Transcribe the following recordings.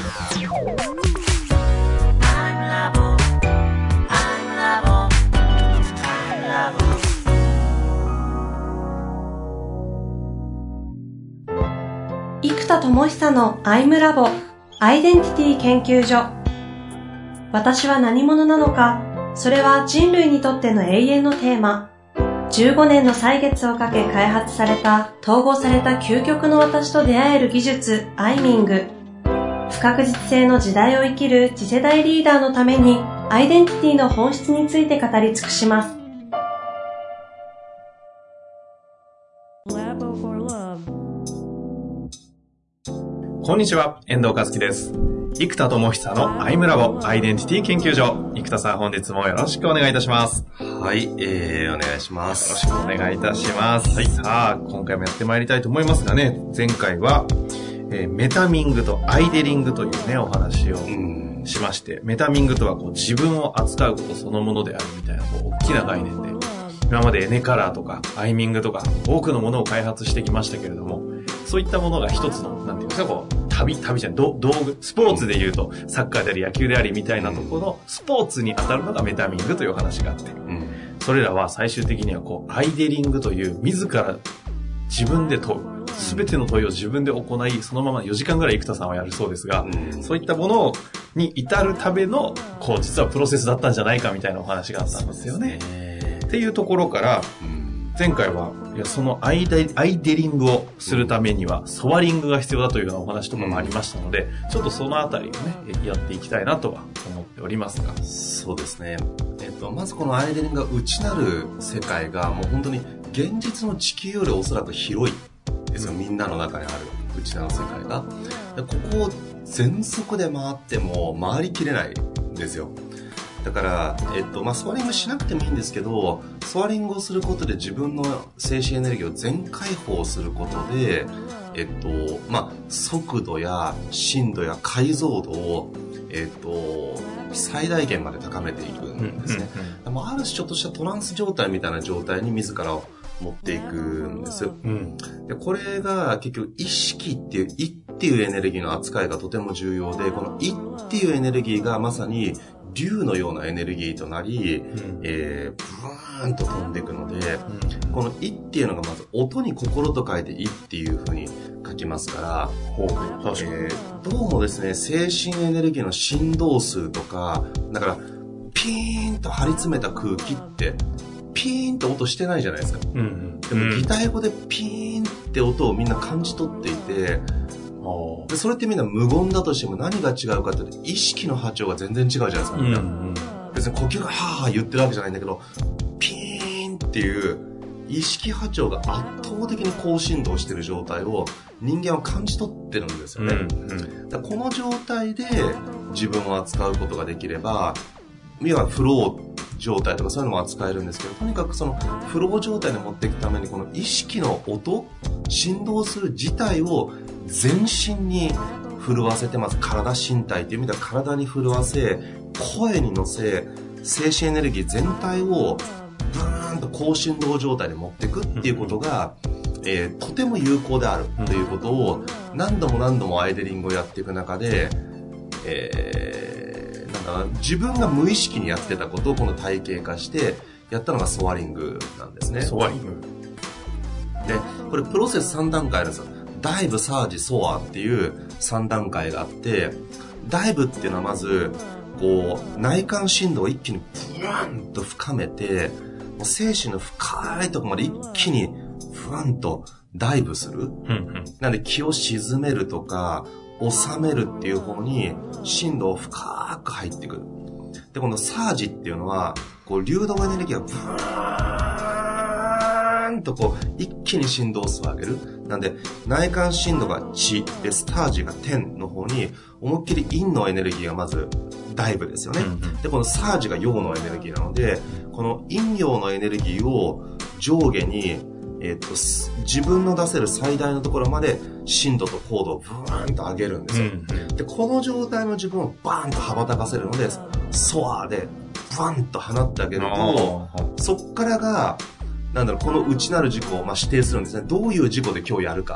生田智久のアイムラボアイデンティティ研究所。私は何者なのか、それは人類にとっての永遠のテーマ。15年の歳月をかけ開発された統合された究極の私と出会える技術アイミング。不確実性の時代を生きる次世代リーダーのためにアイデンティティの本質について語り尽くします。 こんにちは、遠藤和樹です。生田智久のアイムラボアイデンティティ研究所。生田さん、本日もよろしくお願いいたします。 はい、お願いします。 よろしくお願いいたします。はい、さあ、今回もやってまいりたいと思いますがね、前回は、メタミングとアイデリングというね、お話をしまして、メタミングとはこう自分を扱うことそのものであるみたいなこう大きな概念で、今までエネカラーとかアイミングとか多くのものを開発してきましたけれども、そういったものが一つの、なんていうんですか、こう、旅じゃない、道具、スポーツで言うと、サッカーであり野球でありみたいなところのスポーツに当たるのがメタミングという話があって、それらは最終的にはこう、アイデリングという自ら自分で問う、すべての問いを自分で行い、そのまま4時間ぐらい生田さんはやるそうですが、そういったものに至るための、こう、実はプロセスだったんじゃないかみたいなお話があったんですよね。っていうところから、前回は、いや、そのアイデリングをするためには、ソワリングが必要だというようなお話とかもありましたので、ちょっとそのあたりをね、やっていきたいなとは思っておりますが。 そうですね。まずこのアイデリングが内なる世界が、もう本当に現実の地球よりおそらく広いですよ。みんなの中にある内なる世界が。ここを全速で回っても回りきれないんですよ。だから、ソワリングしなくてもいいんですけど、ソワリングをすることで自分の精神エネルギーを全開放することで、速度や深度や解像度を、最大限まで高めていくんですね。ある種ちょっとしたトランス状態みたいな状態に自らを持っていくんです。で、これが結局意識っていう、意っていうエネルギーの扱いがとても重要で、この意っていうエネルギーがまさに竜のようなエネルギーとなり、ブーンと飛んでいくので、この意っていうのがまず音に心と書いて意っていう風に書きますから、どうもですね、精神エネルギーの振動数とか、だからピーンと張り詰めた空気ってピーンと音してないじゃないですか。でも擬態語でピーンって音をみんな感じ取っていて、でそれってみんな無言だとしても何が違うかっていうと、意識の波長が全然違うじゃないですか、みんな。別に呼吸がはぁ言ってるわけじゃないんだけど、ピーンっていう意識波長が圧倒的に高振動してる状態を人間は感じ取ってるんですよね。だからこの状態で自分を扱うことができれば、要はフロー状態とかそういうのも扱えるんですけど、とにかくそのフロー状態に持っていくために、この意識の音、振動する自体を全身に震わせて、まず体、身体という意味では体に震わせ、声に乗せ、精神エネルギー全体をブーンと高振動状態に持っていくっていうことが、とても有効であるということを何度も何度もアイデリングをやっていく中で、自分が無意識にやってたことをこの体系化してやったのがソワリングなんですね。 ソワリングで、これプロセス3段階あるんですよ。ダイブ、サージ、ソアっていう3段階があって、ダイブっていうのはまずこう内観振動を一気にブワンと深めて、もう精神の深いところまで一気にブワンとダイブする。なんで気を沈めるとか収めるっていう方に振動を深く入ってくる。で、このサージっていうのはこう流動エネルギーがブーンとこう一気に振動数を上げる。なんで内観振動が地で、スタージが天の方に思いっきり陰のエネルギーがまずダイブですよね。で、このサージが陽のエネルギーなので、この陰陽のエネルギーを上下に自分の出せる最大のところまで深度と高度をブーンと上げるんですよ。で、この状態の自分をバーンと羽ばたかせるので、ソアでバンと放ってあげると、そっからがこの内なる事故を指定するんですね。どういう事故で今日やるか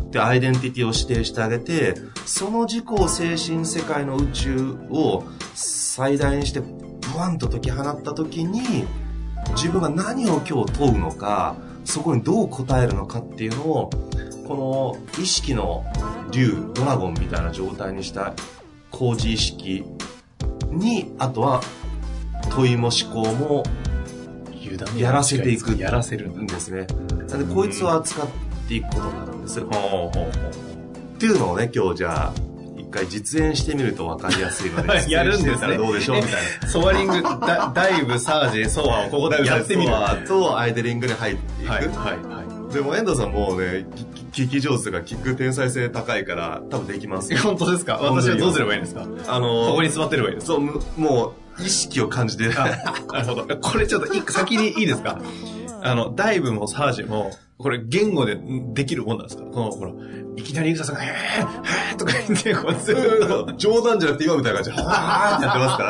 でアイデンティティを指定してあげて、その自己を精神世界の宇宙を最大にしてブワンと解き放った時に、自分が何を今日問うのか、そこにどう答えるのかっていうのを、この意識の竜、ドラゴンみたいな状態にした高次意識に、あとは問いも思考もやらせていくやらせるんですね。なのでこいつを扱っていくことになるんです。っていうのをね、今日じゃあ一回実演してみると分かりやすいのでやるんですね。 どうでしょうみたいな。 ソアリング、ダイブ、サージ、ソアをここでやってみる。 ソアとアイデリングに入っていく。 はいでも遠藤さんもうね、聞き上手が聞く天才性高いから多分できます。 本当ですか？私はどうすればいいんですか？ここに座ってればいいですか？ そう、もう意識を感じて。 なるほど。これちょっと先にいいですか？ダイブもサージも、これ言語でできるもんなんですか？ほら、いきなり生田さんが、へーとか言って、こうずっと。 冗談じゃなくて今みたいな感じで、はーってやってますから、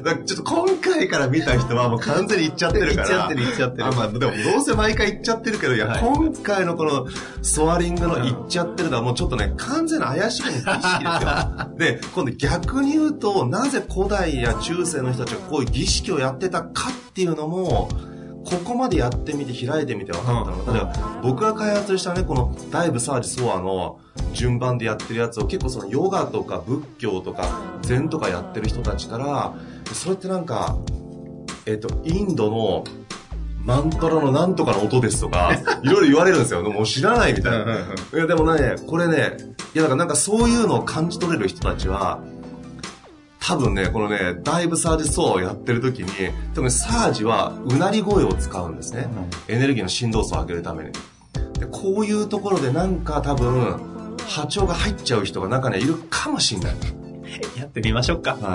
だからちょっと今回から見た人はもう完全に言っちゃってるから。 言っちゃってる。 まあでもどうせ毎回言っちゃってるけど、いや、今回のこのソアリングの言っちゃってるのはもうちょっとね、完全な怪しげな意識ですよ。で、今度逆に言うと、なぜ古代や中世の人たちがこういう儀式をやってたかっていうのも、ここまでやってみて開いてみて分かったのが、例えば僕が開発したね、このダイブ、サージ、ソアの順番でやってるやつを結構そのヨガとか仏教とか禅とかやってる人たちから、それってなんか、インドのマントラのなんとかの音ですとか、いろいろ言われるんですよ。もう知らないみたいな。いやでもね、これね、いやだからなんかそういうのを感じ取れる人たちは、多分ね、このね、ダイブサージソアをやってる時に、特にサージはうなり声を使うんですね。エネルギーの振動数を上げるために。で、こういうところでなんか多分、波長が入っちゃう人が中にはいるかもしれない。 やってみましょうか。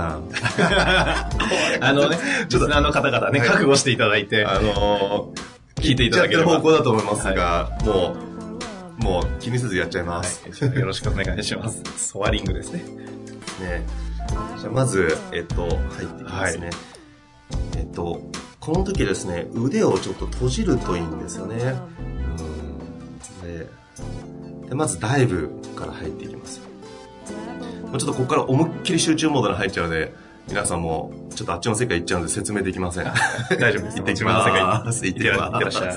ね、 ちょっと方々ね、覚悟していただいて、聞いていただければ。 やってる方向だと思いますが、もう気にせずやっちゃいます。 よろしくお願いします。ソアリングですね。 ね。じゃあまず、入っていきますね。この時ですね、腕をちょっと閉じるといいんですよね。でまずダイブから入っていきます。ちょっとここから思いっきり集中モードに入っちゃうので、皆さんもちょっとあっちの世界行っちゃうんで説明できません。 大丈夫です。 行ってきます。 行ってらっしゃい。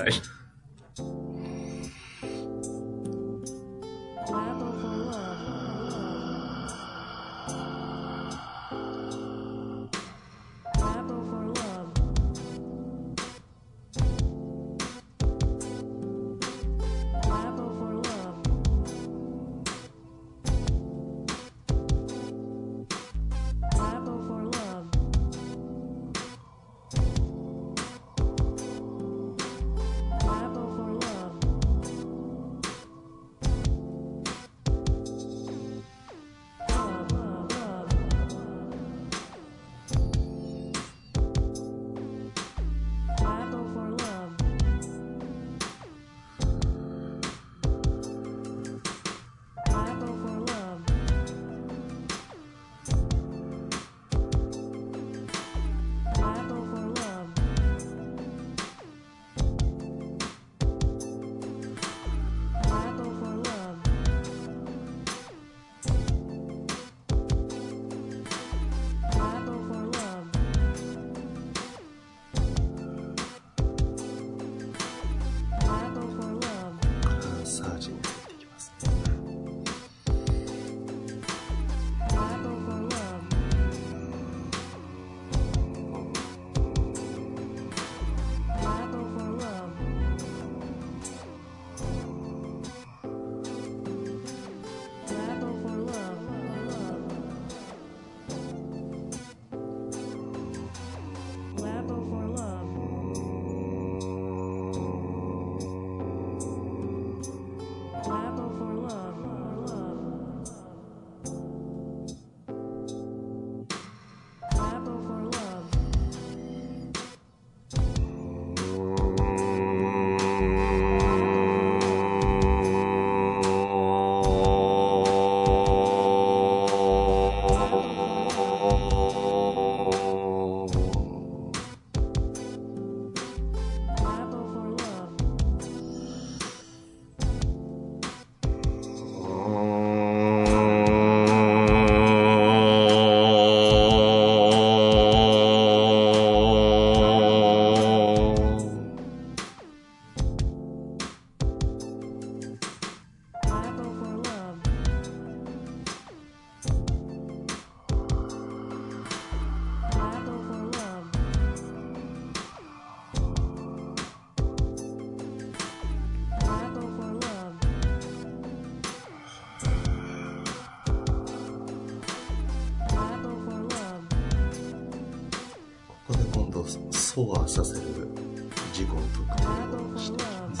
ソワさせる自己の特定をしていきます。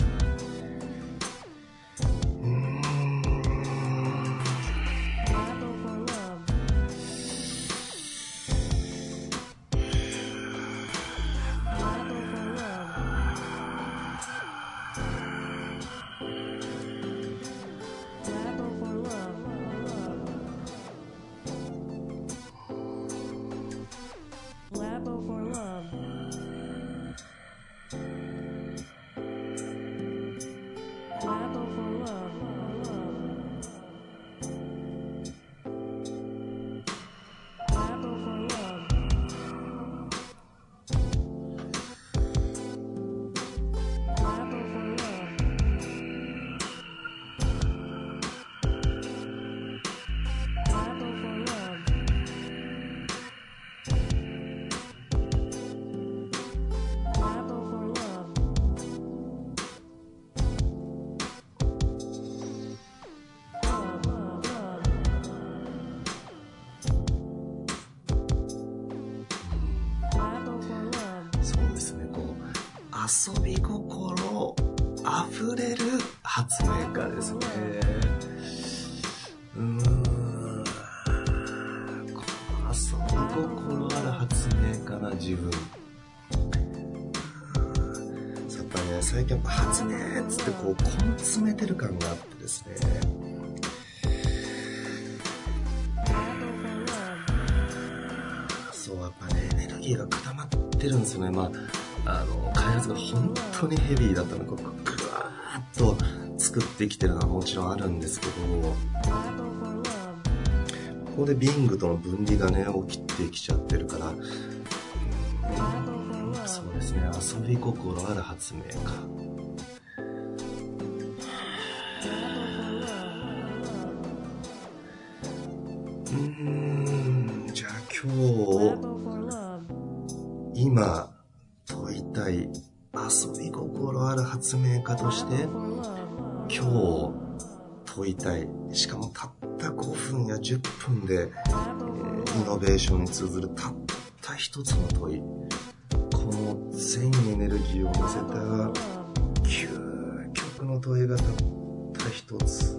遊び心あふれる発明家ですね。この遊び心ある発明家な自分。やっぱね、最近発明っつってこう根詰めてる感があってですね。そう、やっぱね、エネルギーが固まってるんですよね。開発が本当にヘビーだったのが、ぐわーっと作ってきてるのはもちろんあるんですけど、ここでビングとの分離がね、起きてきちゃってるから、そうですね、遊び心ある発明家。じゃあ今問いたい遊び心ある発明家として今日問いたい、しかもたった5分や10分で、イノベーションに通ずるたった一つの問い、この全エネルギーを乗せた究極の問いがたった一つ。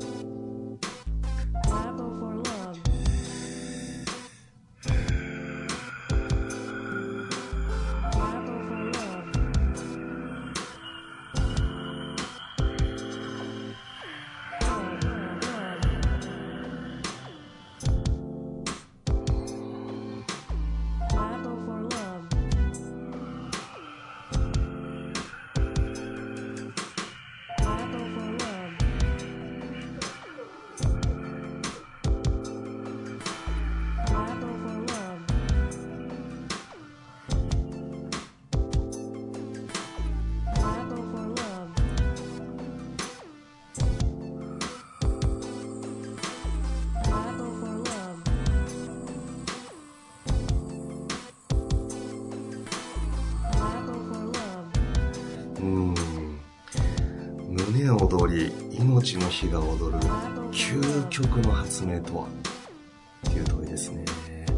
胸躍り命の火が踊る究極の発明とはっていう問いですね。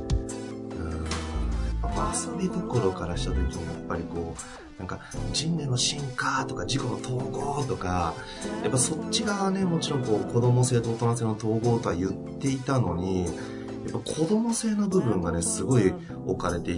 やっぱ遊び心からした時にやっぱりこうなんか人類の進化とか自己の統合とかやっぱそっち側ね、もちろんこう子供性と大人性の統合とは言っていたのに、やっぱ子供性の部分がねすごい置かれていって、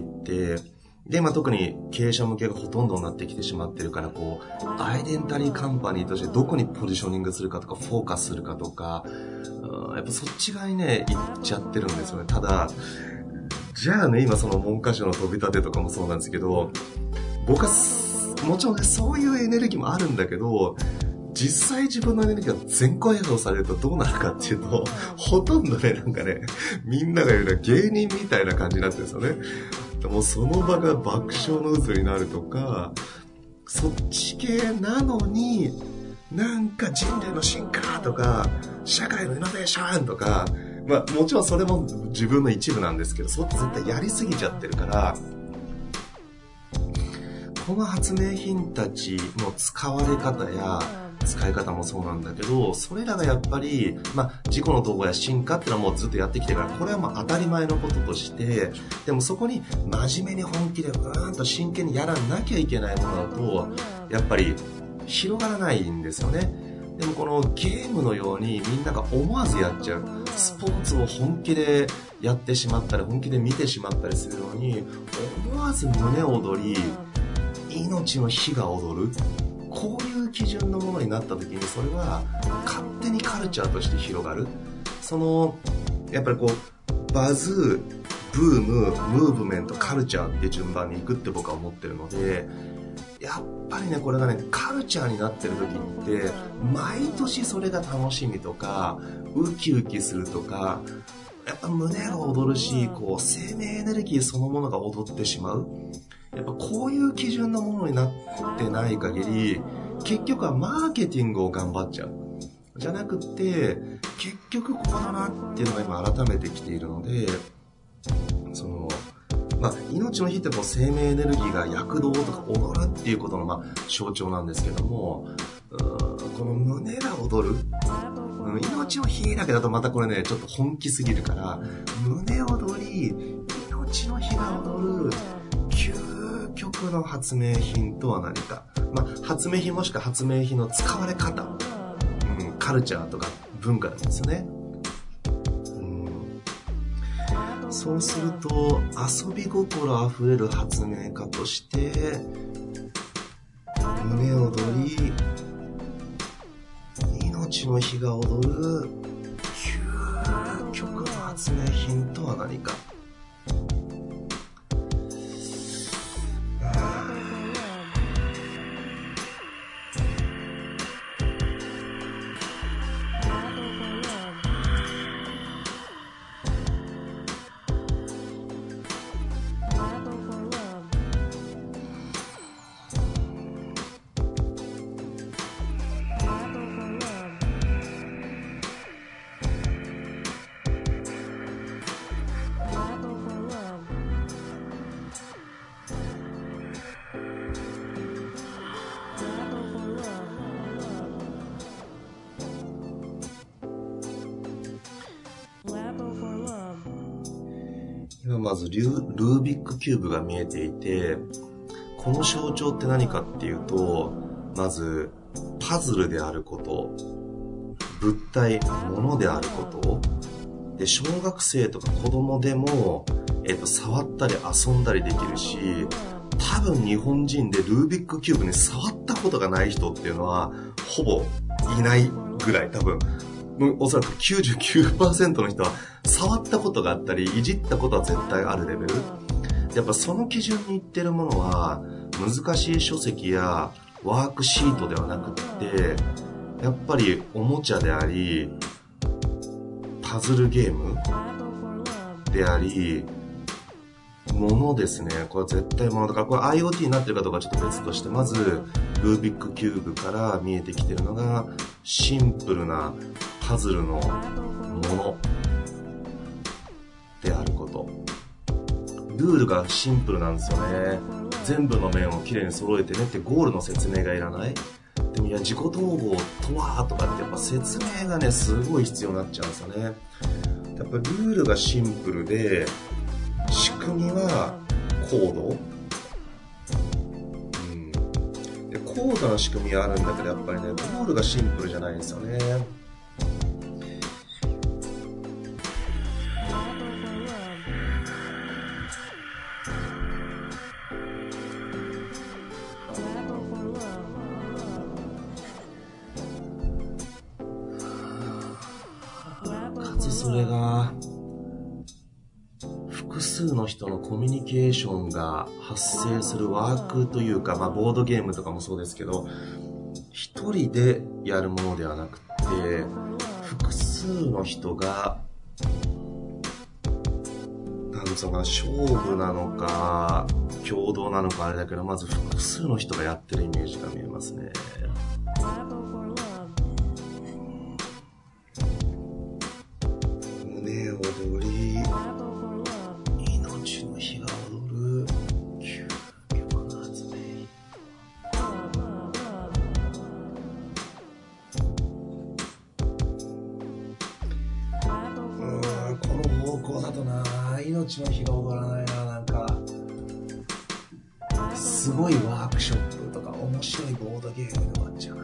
で、特に経営者向けがほとんどになってきてしまってるから、こう、アイデンタリーカンパニーとしてどこにポジショニングするかとか、フォーカスするかとか、やっぱそっち側にね、行っちゃってるんですよね。ただ、じゃあね、今その文科省の飛び立てとかもそうなんですけど、僕は、もちろんね、そういうエネルギーもあるんだけど、実際自分のエネルギーが全開放されるとどうなるかっていうと、ほとんどね、なんかね、みんなが言うのは芸人みたいな感じになってるんですよね。もうその場が爆笑の渦になるとか、そっち系なのになんか人類の進化とか社会のイノベーションとか、もちろんそれも自分の一部なんですけど、そっち絶対やりすぎちゃってるから、この発明品たちの使われ方や使い方もそうなんだけど、それらがやっぱり、自己の統合や進化っていうのはもうずっとやってきてるから、これは当たり前のこととして、でもそこに真面目に本気でと真剣にやらなきゃいけないものだと、やっぱり広がらないんですよね。でもこのゲームのようにみんなが思わずやっちゃう、スポーツを本気でやってしまったり本気で見てしまったりするのに、思わず胸躍り、命の火が踊る、こういう基準のものになった時に、それは勝手にカルチャーとして広がる。やっぱりバズ、ブーム、ムーブメント、カルチャーって順番に行くって僕は思ってるので、やっぱりね、これがね、カルチャーになってる時って、毎年それが楽しみとか、ウキウキするとか、やっぱ胸が踊るし、生命エネルギーそのものが踊ってしまう。やっぱこういう基準のものになってない限り、結局はマーケティングを頑張っちゃう。じゃなくって、結局ここだなっていうのが今改めてきているので、命の火って生命エネルギーが躍動とか踊るっていうことの象徴なんですけども、この胸が踊る、命の火だけだとまたこれね、ちょっと本気すぎるから、胸踊り、命の火が踊る、究極の発明品とは何か。発明品もしくは発明品の使われ方、カルチャーとか文化なんですよね。そうすると、遊び心あふれる発明家として胸躍り、命の火が踊る究極の発明品とは何か。今まずルービックキューブが見えていて、この象徴って何かっていうと、まずパズルであること、物体、物であることで、小学生とか子供でも、触ったり遊んだりできるし、多分日本人でルービックキューブに触ったことがない人っていうのはほぼいないぐらい、多分おそらく 99% の人は触ったことがあったりいじったことは絶対あるレベル。やっぱその基準にいってるものは難しい書籍やワークシートではなくって、やっぱりおもちゃでありパズルゲームでありものですね。これは絶対ものだから、これ IoT になってるかどうかちょっと別として、まずルービックキューブから見えてきてるのがシンプルなパズルのものであること。ルールがシンプルなんですよね。全部の面をきれいに揃えてねってゴールの説明がいらない。でもいや、自己統合とはとかってやっぱ説明がねすごい必要になっちゃうんですよね。やっぱルールがシンプルで仕組みは高度、で高度な仕組みはあるんだけど、やっぱりねゴールがシンプルじゃないんですよね。かつそれが複数の人のコミュニケーションが発生するワークというか、ボードゲームとかもそうですけど、一人でやるものではなくて複数の人が勝負なのか共同なのかあれだけど、まず複数の人がやってるイメージが見えますね。胸躍り、命の火が踊る究極の発明。 命の日が踊らないな。なんかすごいワークショップとか面白いボードゲームで終わっちゃうな。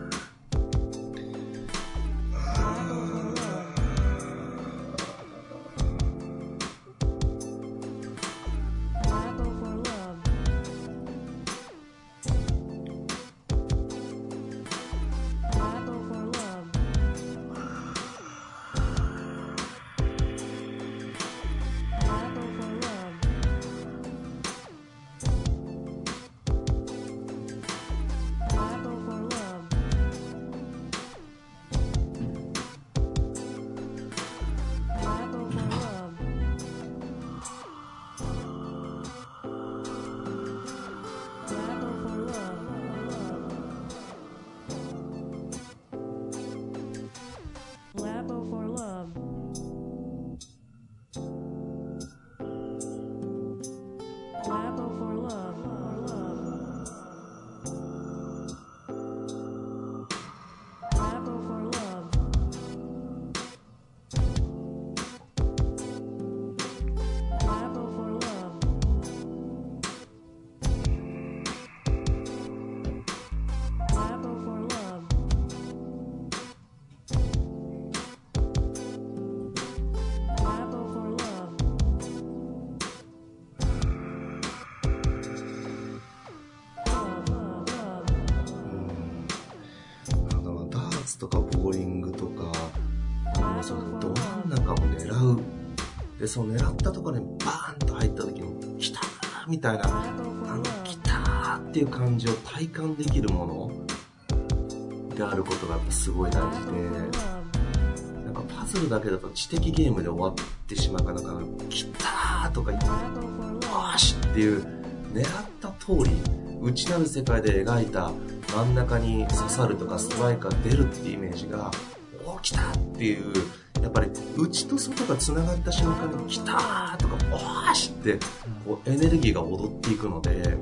とかボーリングとか、そのど真ん中を狙う。で、その狙ったところにバーンと入った時に、来たーみたいな、来たーっていう感じを体感できるものであることがやっぱすごい大事で、なんかパズルだけだと知的ゲームで終わってしまうから、なんか来たーとか言って、よーしっていう狙った通り、内なる世界で描いた真ん中に刺さるとかストライクが出るっていうイメージが、おー来たっていう、やっぱり内と外が繋がった瞬間に来たーとかおーしってこうエネルギーが踊っていくので、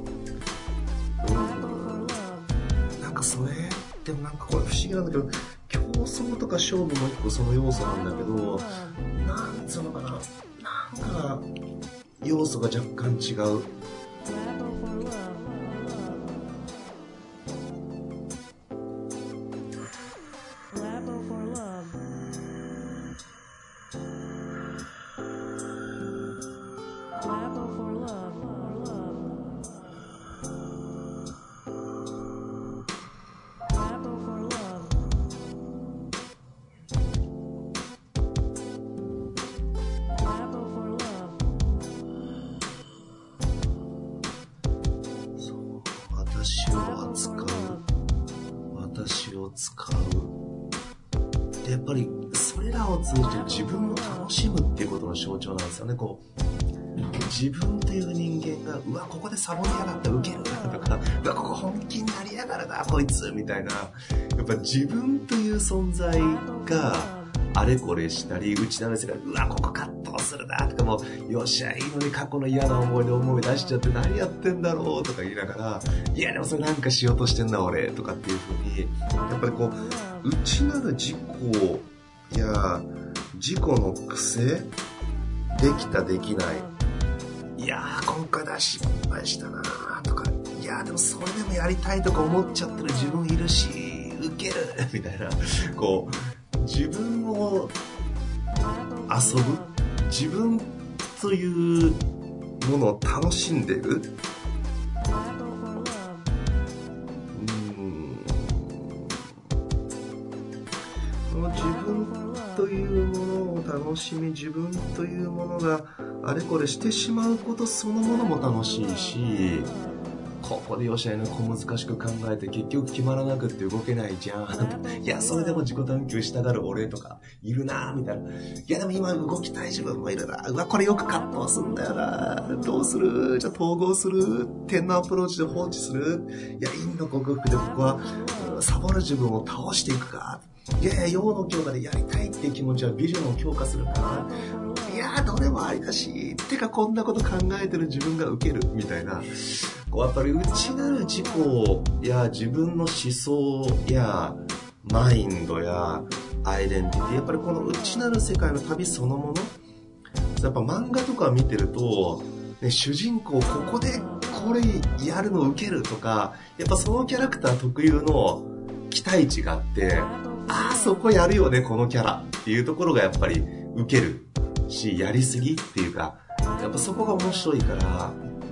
なんかそれでもなんかこれ不思議なんだけど、競争とか勝負も一個その要素なんだけど、なんつうのかな、なんか要素が若干違う。私を使う。で、やっぱりそれらを通じて自分を楽しむっていうことの象徴なんですよね。こう自分という人間が、うわここでサボりやがったウケるなとか、うわここ本気になりやがるなこいつみたいな、やっぱ自分という存在があれこれしたり、内なる世界、うわここ葛藤するなとか、もうよっしゃいいのに過去の嫌な思い出しちゃって何やってんだろうとか言いながら、いやでもそれなんかしようとしてんだ俺とかっていう風に、やっぱりこう内なる自己や自己の癖、できたできない、いやー今回だ失敗したなとか、いやでもそれでもやりたいとか思っちゃってる自分いるしウケるみたいな、こう自分を遊ぶ、自分というものを楽しんでる、この自分というものを楽しみ、自分というものがあれこれしてしまうことそのものも楽しいし、ここでよしあいの小難しく考えて結局決まらなくって動けないじゃんいやそれでも自己探求したがる俺とかいるなみたいな、いやでも今動きたい自分もいるな、うわこれよく葛藤すんだよな、どうする、じゃあ統合する、点のアプローチで放置する、いや陰の克服でここはサボる自分を倒していくか、いや陽の強化でやりたいっていう気持ちはビジョンを強化するか、いやどれもありだし、てかこんなこと考えてる自分がウケるみたいな、こうやっぱり内なる自己や自分の思想やマインドやアイデンティティ、やっぱりこの内なる世界の旅そのもの、 やっぱ漫画とか見てると、ね、主人公ここでこれやるの受けるとか、やっぱそのキャラクター特有の期待値があって、ああそこやるよねこのキャラっていうところがやっぱり受けるし、やりすぎっていうか、やっぱそこが面白いから。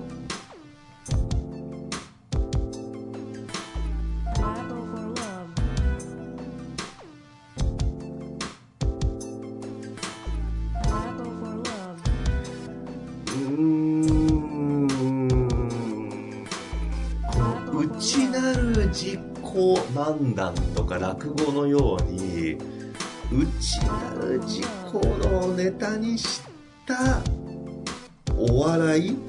内なる自己漫談とか落語のように、内なる自己のネタにしたお笑い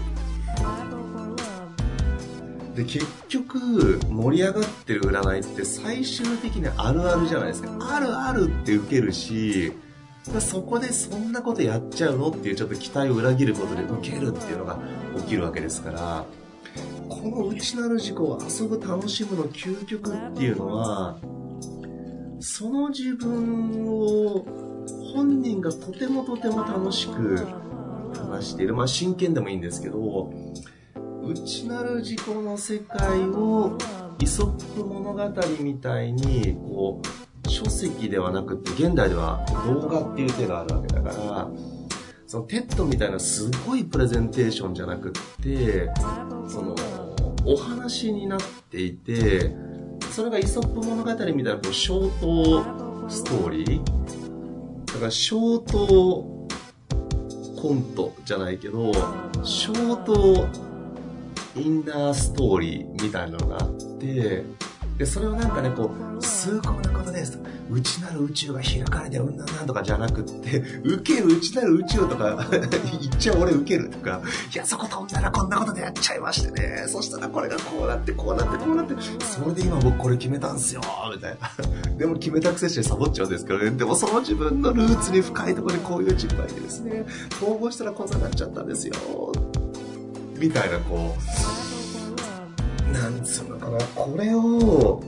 で、結局盛り上がってる占いって最終的にあるあるじゃないですか。あるあるって受けるし、そこでそんなことやっちゃうのっていうちょっと期待を裏切ることで受けるっていうのが起きるわけですから、この内なる自己を遊ぶ楽しむの究極っていうのは、その自分を本人がとても楽しく話している、真剣でもいいんですけど、内なる自己の世界をイソップ物語みたいにこう書籍ではなくて現代では動画っていう手があるわけだから、そのテッドみたいなすごいプレゼンテーションじゃなくって、そのお話になっていて、それがイソップ物語みたいなこうショートストーリーだから、ショートコントじゃないけどショートインナーストーリーみたいなのがあって、でそれをなんかねこう崇高なことですと、内なる宇宙が開かれてうんなんとかじゃなくって、受ける内なる宇宙とか言っちゃ俺受けるとか、いやそこ飛んだらこんなことでやっちゃいましてね、そしたらこれがこうなってこうなってこうなって、それで今僕これ決めたんすよみたいなでも決めたくせしてサボっちゃうんですけどね。でもその自分のルーツに深いところにこういう自分がいてですね、統合したらこんなになっちゃったんですよみたいな、こうなんつうのかな、これを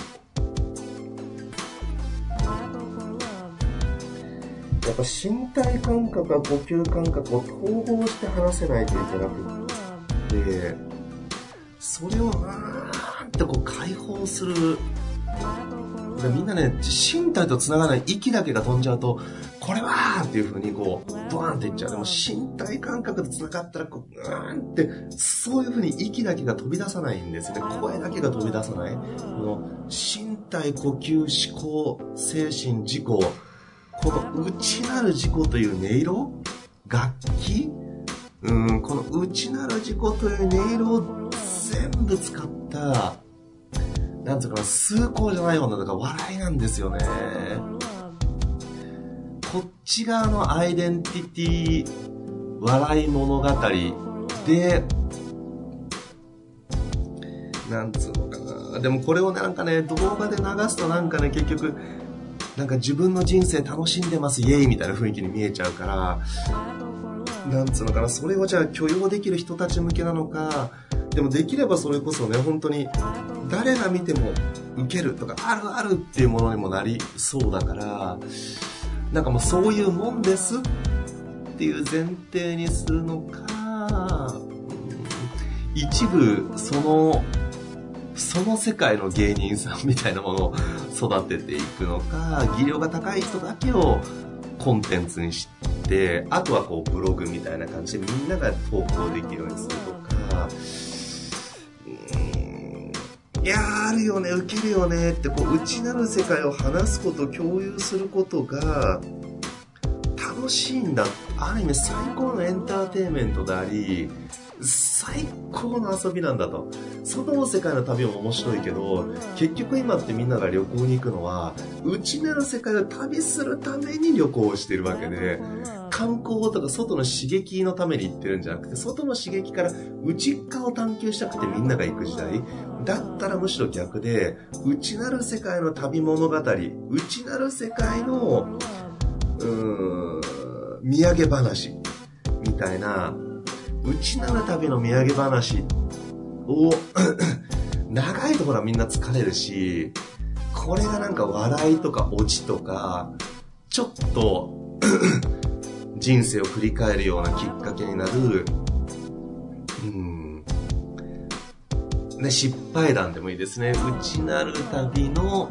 やっぱ身体感覚や呼吸感覚を統合して話せないといけなくって、それをなんてこう解放する。でみんなね、身体と繋がない息だけが飛んじゃうと、これはーっていう風にこうドワーンっていっちゃう。でも身体感覚と繋がったらこうーんってそういう風に息だけが飛び出さないんですよね。声だけが飛び出さない。この身体、呼吸、思考、精神、自己、この内なる自己という音色、楽器、この内なる自己という音色を全部使ったなんていうかな、崇高じゃないものだから笑いなんですよね。こっち側のアイデンティティ笑い物語で、なんつうのかな、でもこれをなんかね動画で流すとなんかね結局なんか自分の人生楽しんでますイエイみたいな雰囲気に見えちゃうから、なんつうのかな、それをじゃあ許容できる人たち向けなのか、でもできればそれこそね本当に誰が見ても受けるとかあるあるっていうものにもなりそうだから、なんかもうそういうもんですっていう前提にするのか、一部その世界の芸人さんみたいなものを育てていくのか、技量が高い人だけをコンテンツにして、あとはこうブログみたいな感じでみんなが投稿できるようにするとか、いやーあるよね、受けるよねってこう内なる世界を話すこと、共有することが楽しいんだ。ある意味最高のエンターテインメントであり最高の遊びなんだと。外の世界の旅も面白いけど、結局今ってみんなが旅行に行くのは内なる世界を旅するために旅行をしているわけで、観光とか外の刺激のために行ってるんじゃなくて、外の刺激から内側を探求したくてみんなが行く時代だったら、むしろ逆で内なる世界の旅物語、内なる世界の土産話みたいな、内なる旅の土産話を長いところはみんな疲れるし、これがなんか笑いとかオチとかちょっと人生を振り返るようなきっかけになる、ね、失敗談でもいいですね。内なる旅の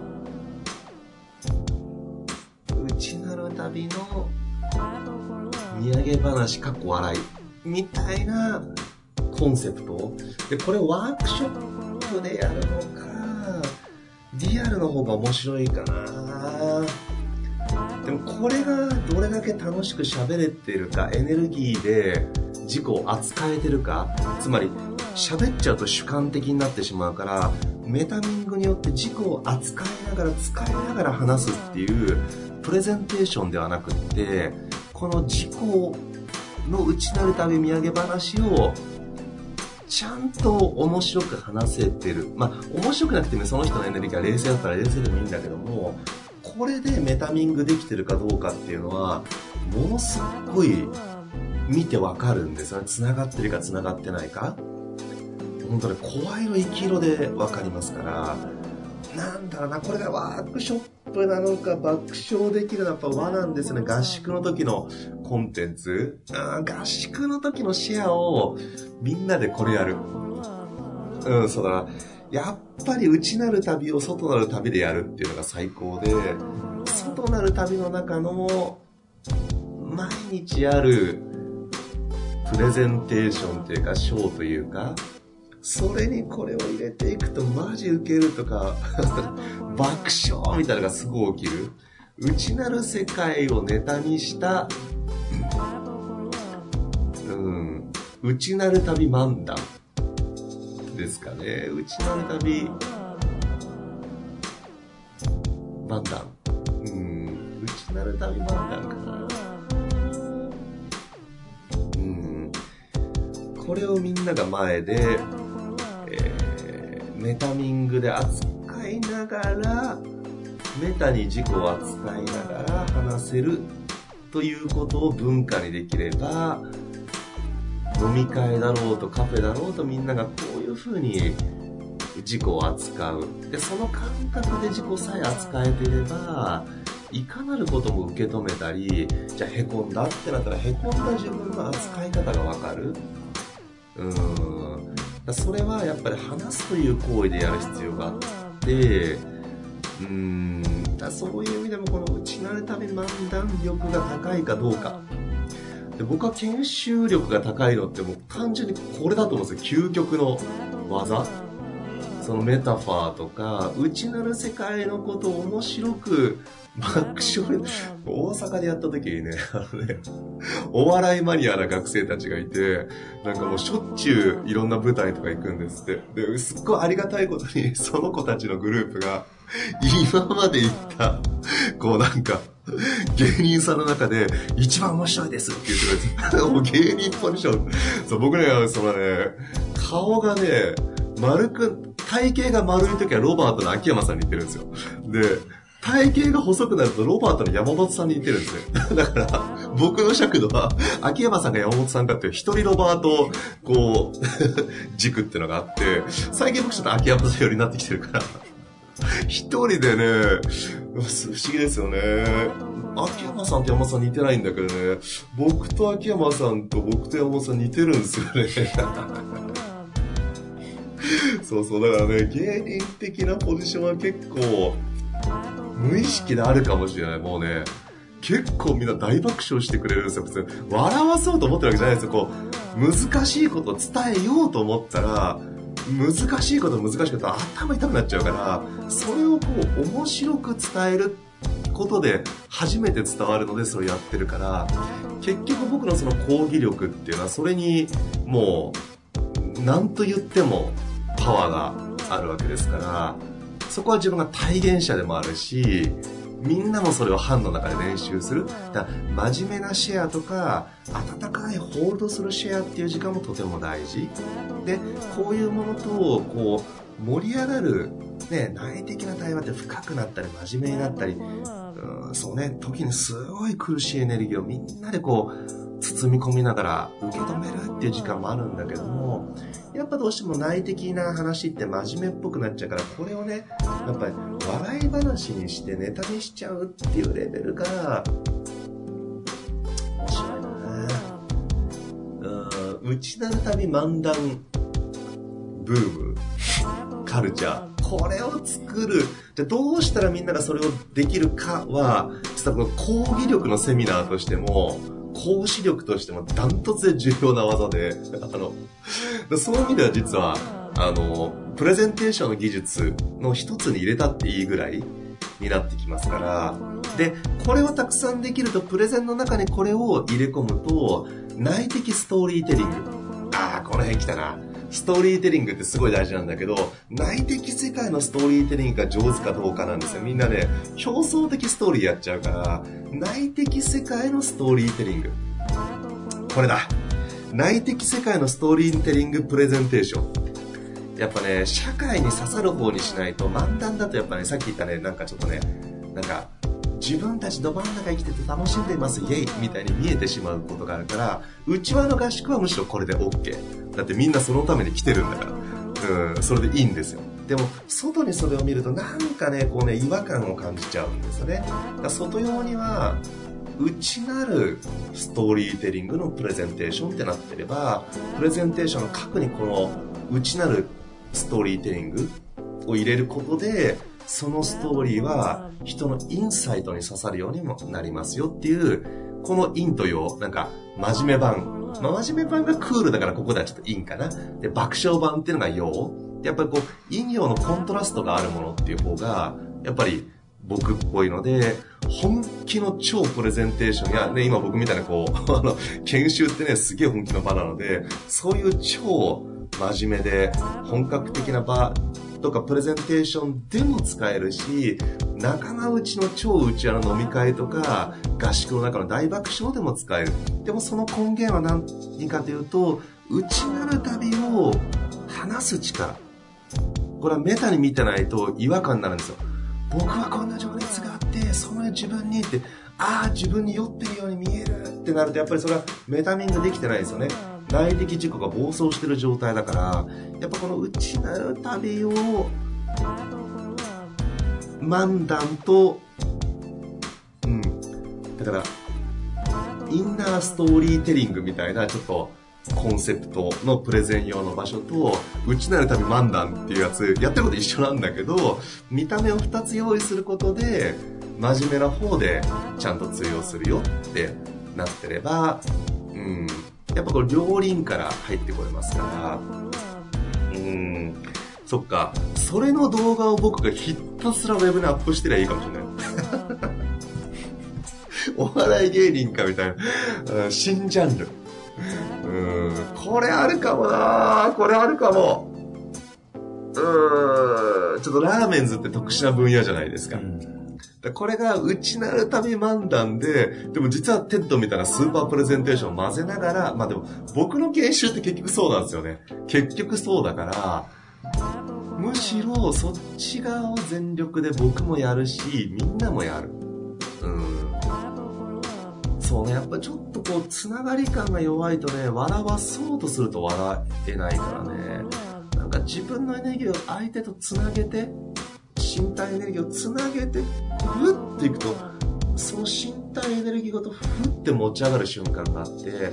土産話かっこ笑いみたいなコンセプトで、これをワークショップでやるのかリアルの方が面白いかな。でもこれがどれだけ楽しく喋れてるか、エネルギーで自己を扱えてるか、つまり喋っちゃうと主観的になってしまうから、メタミングによって自己を扱いながら使いながら話すっていうプレゼンテーションではなくって、この自己の内なる旅土産話をちゃんと面白く話せてる。まあ面白くなくてもその人のエネルギーが冷静だったら冷静でもいいんだけども、これでメタミングできてるかどうかっていうのはものすっごい見てわかるんですよね。繋がってるか繋がってないか、本当に声色生き色でわかりますから、なんだろうな、これがワークショップなのか爆笑できるのはやっぱ和なんですよね。合宿の時のコンテンツ、合宿の時のシェアをみんなでこれやる。そうだな。やっぱり内なる旅を外なる旅でやるっていうのが最高で、外なる旅の中の毎日あるプレゼンテーションというかショーというか、それにこれを入れていくとマジウケるとか爆笑みたいなのがすごい起きる。内なる世界をネタにした内なる旅漫談ですかね。内なる旅漫談、内なる旅漫談かな。これをみんなが前で、メタミングで扱いながら、メタに自己を扱いながら話せるということを文化にできれば、飲み会だろうとカフェだろうとみんながこういう風に自己を扱う。で、その感覚で自己さえ扱えていれば、いかなることも受け止めたり、じゃあへこんだってなったらへこんだ自分の扱い方がわかる。それはやっぱり話すという行為でやる必要があって、そういう意味でもこの内なる旅漫談力が高いかどうか。で、僕は研修力が高いのってもう単純にこれだと思うんですよ。究極の技。そのメタファーとか内なる世界のことを面白く爆笑。大阪でやった時にね、お笑いマニアな学生たちがいて、なんかもうしょっちゅういろんな舞台とか行くんですって。で、すっごいありがたいことにその子たちのグループが今まで行ったこうなんか芸人さんの中で一番面白いですって言ってるんです。芸人っぽいでしょ。そう、僕ね、そのね、顔がね、体型が丸い時はロバートの秋山さんに似てるんですよ。で、体型が細くなるとロバートの山本さんに似てるんですね。だから僕の尺度は秋山さんが山本さんかっていう一人ロバートこう軸っていうのがあって、最近僕ちょっと秋山さん寄りになってきてるから一人でね、不思議ですよね。秋山さんと山本さん似てないんだけどね、僕と秋山さんと僕と山本さん似てるんですよね。そうそう、だからね、芸人的なポジションは結構無意識であるかもしれない。もうね、結構みんな大爆笑してくれるんですよ。普通笑わそうと思ってるわけじゃないですよ。こう難しいことを伝えようと思ったら難しいこと頭痛くなっちゃうから、それをこう面白く伝えることで初めて伝わるのでそれやってるから、結局僕のその講義力っていうのはそれにもう何と言ってもパワーがあるわけですから、そこは自分が体現者でもあるし、みんなもそれを班の中で練習する。だから真面目なシェアとか温かいホールドするシェアっていう時間もとても大事で、こういうものとこう盛り上がる、ね、内的な対話って深くなったり真面目になったり、そうね、時にすごい苦しいエネルギーをみんなでこう包み込みながら受け止めるっていう時間もあるんだけども、やっぱどうしても内的な話って真面目っぽくなっちゃうから、これをね、やっぱり笑い話にしてネタにしちゃうっていうレベルが面白いな内なる旅漫談ブーム、カルチャー、これを作る。じゃあどうしたらみんながそれをできるかは、実はこの講義力のセミナーとしても、講師力としてもダントツで重要な技で、そういう意味では実は、プレゼンテーションの技術の一つに入れたっていいぐらいになってきますから、で、これをたくさんできると、プレゼンの中にこれを入れ込むと、内的ストーリーテリング。この辺来たな。ストーリーテリングってすごい大事なんだけど、内的世界のストーリーテリングが上手かどうかなんですよ。みんなね、表層的ストーリーやっちゃうから、内的世界のストーリーテリング。これだ。内的世界のストーリーテリングプレゼンテーション。やっぱね、社会に刺さる方にしないと、漫談だとやっぱね、さっき言ったね、なんかちょっとね、なんか、自分たちど真ん中生きてて楽しんでいますイエイみたいに見えてしまうことがあるから、内輪の合宿はむしろこれで OK だってみんなそのために来てるんだから、それでいいんですよ。でも外にそれを見るとなんかねこうね違和感を感じちゃうんですよね。だから外用には内なるストーリーテリングのプレゼンテーションってなってれば、プレゼンテーションの核にこの内なるストーリーテリングを入れることで、そのストーリーは人のインサイトに刺さるようにもなりますよっていう、この陰と陽、なんか真面目版、真面目版がクールだからここではちょっと陰かな。で、爆笑版っていうのが陽。やっぱりこう陰陽のコントラストがあるものっていう方がやっぱり僕っぽいので、本気の超プレゼンテーションやね、今僕みたいなこう研修ってねすげえ本気の場なので、そういう超真面目で本格的な場とかプレゼンテーションでも使えるし、仲間内の超内輪の飲み会とか合宿の中の大爆笑でも使える。でもその根源は何かというと、内なる旅を話す力。これはメタに見てないと違和感になるんですよ。僕はこんな情熱があって、その自分にって、自分に酔ってるように見えるってなると、やっぱりそれはメタミングできてないですよね。内的自己が暴走してる状態だから、やっぱこの内なる旅を漫談と、だからインナーストーリーテリングみたいなちょっとコンセプトのプレゼン用の場所と、内なる旅漫談っていうやつやってること一緒なんだけど、見た目を2つ用意することで真面目な方でちゃんと通用するよってなってれば、やっぱこれ両輪から入ってこれますから、そっか、それの動画を僕がひたすらウェブにアップしてりゃいいかもしれないお笑い芸人かみたいな、新ジャンル。これあるかもな、これあるかも。ちょっとラーメンズって特殊な分野じゃないですか。これが内なる旅漫談で、でも実はテッドみたいなスーパープレゼンテーションを混ぜながら、でも僕の研修って結局そうなんですよね。結局そうだから、むしろそっち側を全力で僕もやるし、みんなもやる。そうね、やっぱちょっとこうつながり感が弱いとね、笑わそうとすると笑えないからね。なんか自分のエネルギーを相手とつなげて、身体エネルギーをつなげてふっていくと、その身体エネルギーごとふって持ち上がる瞬間があって、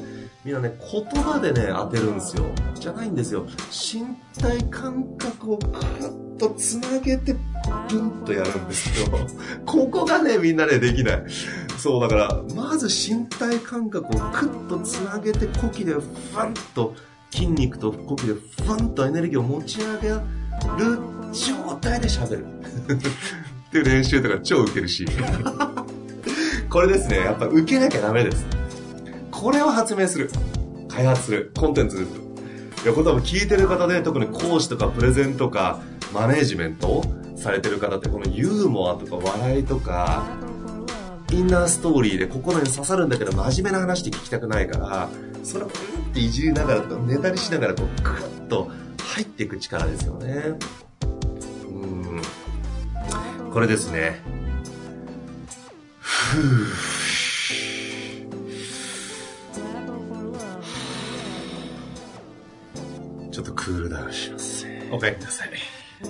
みんなね言葉でね当てるんですよ。じゃないんですよ。身体感覚をクッとつなげてブンとやるんですよ。ここがねみんなねできない。そうだからまず身体感覚をクッとつなげて呼気でファンと筋肉と呼気でファンとエネルギーを持ち上げる状態で喋るっていう練習とか超ウケるしこれですね、やっぱ受けなきゃダメです。これを発明する、開発する、コンテンツです。いや、これ多分聞いてる方で、特に講師とかプレゼンとかマネージメントをされてる方って、このユーモアとか笑いとかインナーストーリーで心に刺さるんだけど真面目な話って聞きたくないから、それをっていじりながらとかネタにしながらこうクッと入っていく力ですよね。これですね。ちょっとクールダウンします。 お帰りください。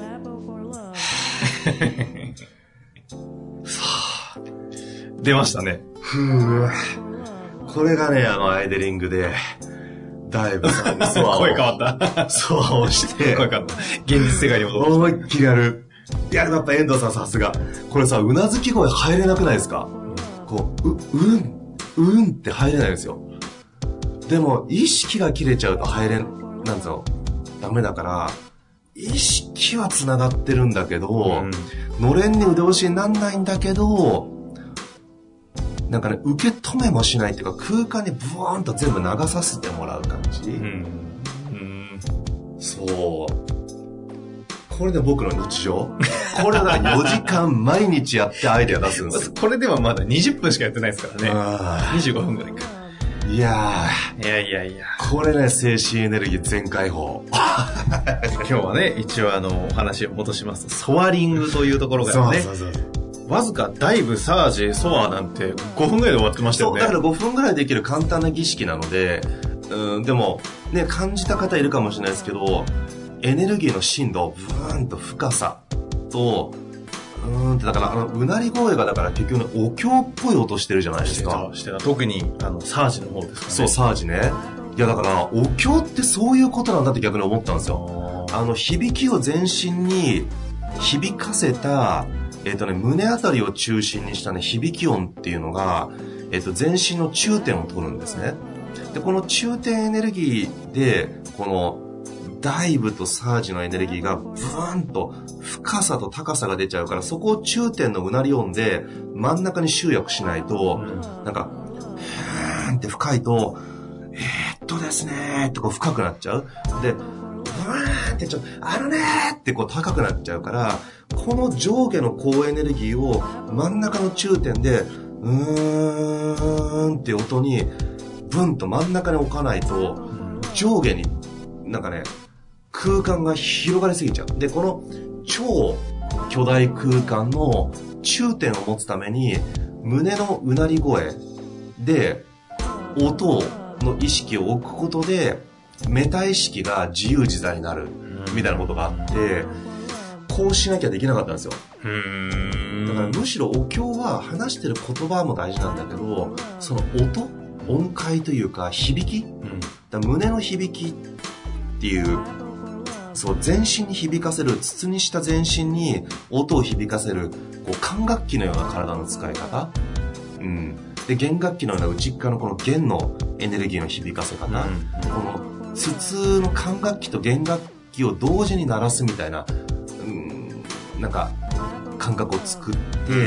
さあ、出ましたね。 これがね、アイデリングで、 ダイブさんにソアを。 声変わった。 ソアをして。 声変わった。現実世界に戻って。 思いっきりやる。いや、でもやっぱ遠藤さんさすが。これさ、うなずき声入れなくないですか？こう、うんって入れないんですよ。でも、意識が切れちゃうとなんですよ。ダメだから、意識は繋がってるんだけど、のれんに腕押しになんないんだけど、なんかね、受け止めもしないっていうか、空間にブワーンと全部流させてもらう感じ。そう。これで僕の日常。これだから4時間毎日やってアイデア出すんですよ。 これではまだ20分しかやってないですからね。25分ぐらいか。 いや。これね、精神エネルギー全開放。 今日はね、一応お話を戻しますと、ソアリングというところがね、わずかダイブ、サージ、ソアなんて5分ぐらいで終わってましたよね。 そう、だから5分ぐらいできる簡単な儀式なので、でも、ね、感じた方いるかもしれないですけど、エネルギーの深度、ブーンと深さと、だからうなり声がだから結局ね、お経っぽい音してるじゃないですか。 してた。特にサージの方ですかね。 そう、サージね。いやだからお経ってそういうことなんだって逆に思ったんですよ。響きを全身に響かせた胸あたりを中心にしたね、響き音っていうのが全身の中点を取るんですね。でこの中点エネルギーでこのダイブとサージのエネルギーがブーンと深さと高さが出ちゃうから、そこを中点のうなり音で真ん中に集約しないと、なんかふーんって深いとですねーってこう深くなっちゃう。でふーんってちょっとってこう高くなっちゃうから、この上下の高エネルギーを真ん中の中点でって音にブンと真ん中に置かないと、上下になんかね空間が広がりすぎちゃう。でこの超巨大空間の中点を持つために胸のうなり声で音の意識を置くことでメタ意識が自由自在になるみたいなことがあって、こうしなきゃできなかったんですよ。だからむしろお経は話してる言葉も大事なんだけど、その音階というか響き、だから胸の響きっていうそう全身に響かせる、筒にした全身に音を響かせるこう管楽器のような体の使い方、で弦楽器のような内側のこの弦のエネルギーの響かせ方、この筒の管楽器と弦楽器を同時に鳴らすみたいな、なんか感覚を作って、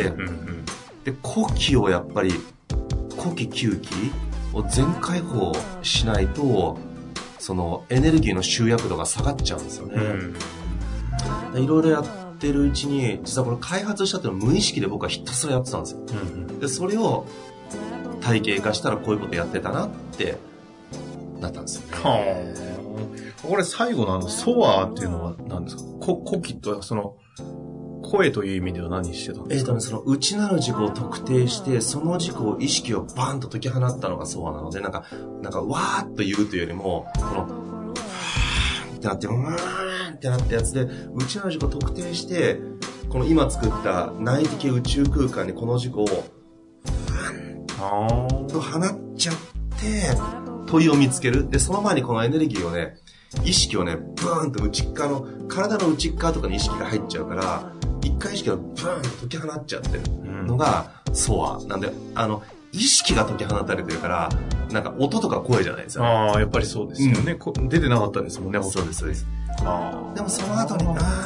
で呼気をやっぱり呼気吸気を全開放しないとそのエネルギーの集約度が下がっちゃうんですよね。いろいろやってるうちに実はこれ開発したっていうのは無意識で僕はひたすらやってたんですよ。でそれを体系化したらこういうことやってたなってなったんですよね。 これ最後のソアっていうのは何ですか？呼気とその声という意味では何してたんですか？ その内なる自己を特定してその自己を意識をバーンと解き放ったのがソアなので、なんかわーっと言うというよりもこのってなってってなったやつで内なる自己を特定して、この今作った内的宇宙空間にこの自己をと放っちゃって問いを見つける。でその前にこのエネルギーをね、意識をねブーンと内側の体の内側とかに意識が入っちゃうから、一回意識がブーンと解き放っちゃってるのがソアなんで、意識が解き放たれてるからなんか音とか声じゃないですよ。 やっぱりそうですよね、出てなかったですもんね。 そうですそうです。でもその後に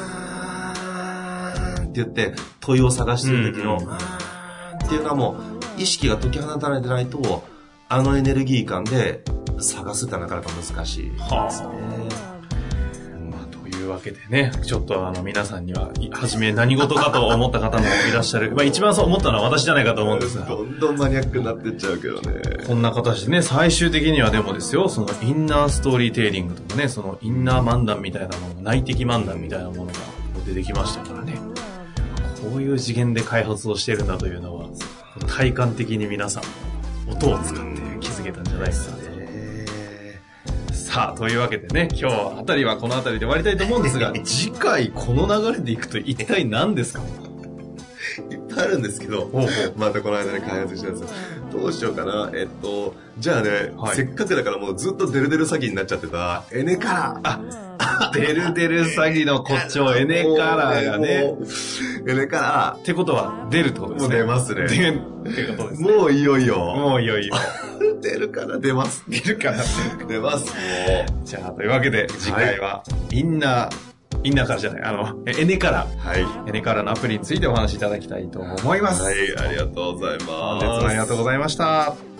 って言って問いを探してる時のっていうのはもう意識が解き放たれてないとエネルギー感で探すってなかなか難しいですね。 というわけでね、ちょっと皆さんには初め何事かと思った方もいらっしゃる。一番そう思ったのは私じゃないかと思うんですが、 どんどんマニアックになってっちゃうけどね。 こんな形でね、最終的にはでもですよ、そのインナーストーリーテーリングとかね、そのインナー漫談みたいなもの、内的漫談みたいなものが出てきましたからね。こういう次元で開発をしているんだというのは体感的に皆さんも音を使って気づけたんじゃないですかね。さあ、というわけでね、今日あたりはこのあたりで終わりたいと思うんですが、次回この流れでいくと一体何ですか？ いっぱいあるんですけど、またこの間に開発したやつ。どうしようかな。じゃあね、せっかくだからもうずっとデルデル詐欺になっちゃってた、エネカラー。 デルデル詐欺の骨頂、エネカラーがね。 エネカラー。 ってことは、出るってことですね。 もう出ますね。 ってことですね。 もういよいよ。 もういよいよ。 出るから出ます。 出るから出ます。 じゃあ、というわけで、次回は、インナーからじゃない、エネカラー。 はい。 エネカラーのアプリについてお話しいただきたいと思います。 はい、ありがとうございます。 本日もありがとうございました。